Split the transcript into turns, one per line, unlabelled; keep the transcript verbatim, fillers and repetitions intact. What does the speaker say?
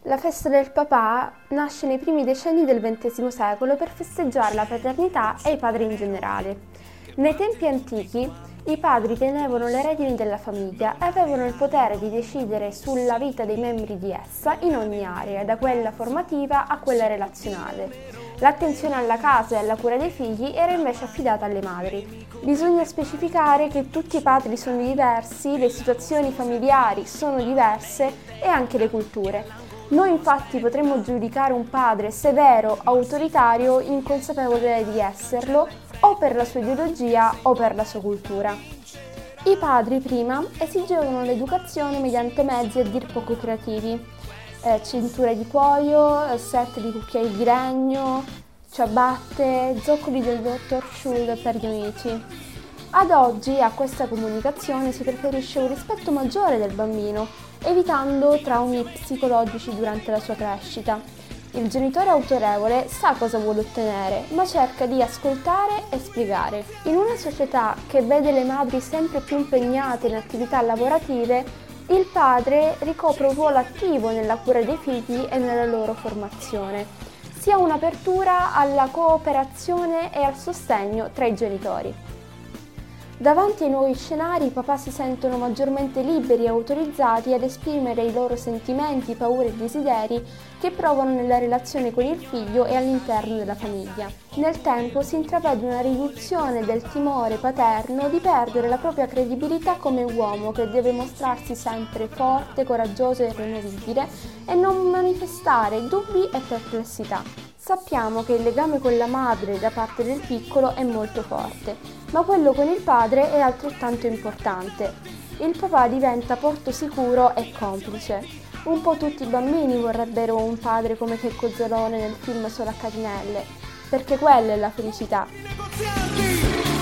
La festa del papà nasce nei primi decenni del ventesimo secolo per festeggiare la paternità e i padri in generale. Nei tempi antichi i padri tenevano le redini della famiglia e avevano il potere di decidere sulla vita dei membri di essa in ogni area, da quella formativa a quella relazionale. L'attenzione alla casa e alla cura dei figli era invece affidata alle madri. Bisogna specificare che tutti i padri sono diversi, le situazioni familiari sono diverse e anche le culture. Noi infatti potremmo giudicare un padre severo, autoritario, inconsapevole di esserlo, o per la sua ideologia o per la sua cultura. I padri prima esigevano l'educazione mediante mezzi a dir poco creativi, eh, cinture di cuoio, set di cucchiai di legno, ciabatte, zoccoli del dottor Schul per gli amici. Ad oggi a questa comunicazione si preferisce un rispetto maggiore del bambino, evitando traumi psicologici durante la sua crescita. Il genitore autorevole sa cosa vuole ottenere, ma cerca di ascoltare e spiegare. In una società che vede le madri sempre più impegnate in attività lavorative, il padre ricopre un ruolo attivo nella cura dei figli e nella loro formazione. Si ha un'apertura alla cooperazione e al sostegno tra i genitori. Davanti ai nuovi scenari i papà si sentono maggiormente liberi e autorizzati ad esprimere i loro sentimenti, paure e desideri che provano nella relazione con il figlio e all'interno della famiglia. Nel tempo si intravede una riduzione del timore paterno di perdere la propria credibilità come uomo che deve mostrarsi sempre forte, coraggioso e irremovibile e non manifestare dubbi e perplessità. Sappiamo che il legame con la madre da parte del piccolo è molto forte, ma quello con il padre è altrettanto importante. Il papà diventa porto sicuro e complice. Un po' tutti i bambini vorrebbero un padre come Checco Zalone nel film Solo a catinelle, perché quella è la felicità.